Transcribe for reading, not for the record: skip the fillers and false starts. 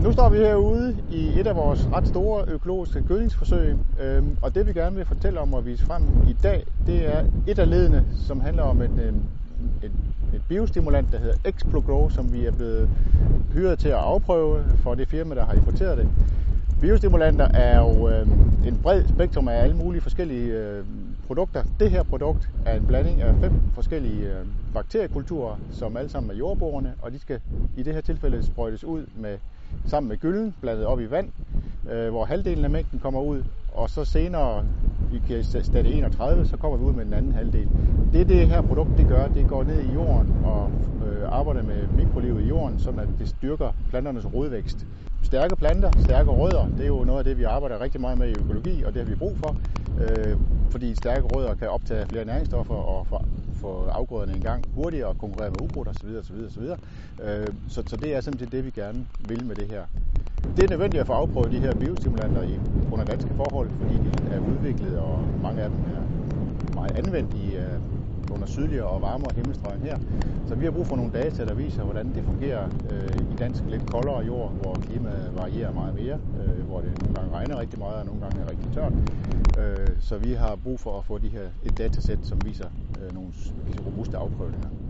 Nu står vi herude i et af vores ret store økologiske gødningsforsøg, og det vi gerne vil fortælle om og vise frem i dag, det er et af ledene, som handler om et biostimulant, der hedder Explogrow, som vi er blevet hyret til at afprøve for det firma, der har importeret det. Biostimulanter er jo en bred spektrum af alle mulige forskellige produkter. Det her produkt er en blanding af 5 forskellige bakteriekulturer, som alle sammen er jordbårne, og de skal i det her tilfælde sprøjtes ud sammen med gyllen, blandet op i vand, hvor halvdelen af mængden kommer ud, og så senere i stadie 31, så kommer vi ud med den anden halvdel. Det her produkt det gør, det går ned i jorden og arbejder med mikrolivet i jorden, sådan at det styrker planternes rodvækst. Stærke planter, stærke rødder, det er jo noget af det, vi arbejder rigtig meget med i økologi, og det har vi brug for, fordi stærke rødder kan optage flere næringsstoffer og få afgrøderne i gang hurtigere og konkurrere med ukrudt osv. Så det er simpelthen det, vi gerne vil med det her. Det er nødvendigt at få afprøvet de her biostimulanter under danske forhold, fordi de er udviklet, og mange af dem er meget anvendt under sydligere og varmere himmelstrøg her. Så vi har brug for nogle data, der viser, hvordan det fungerer i dansk lidt koldere jord, hvor klimaet varierer meget mere, hvor det nogle gange regner rigtig meget og nogle gange er rigtig tørt. Så vi har brug for at få et datasæt, som viser nogle robuste afprøvninger.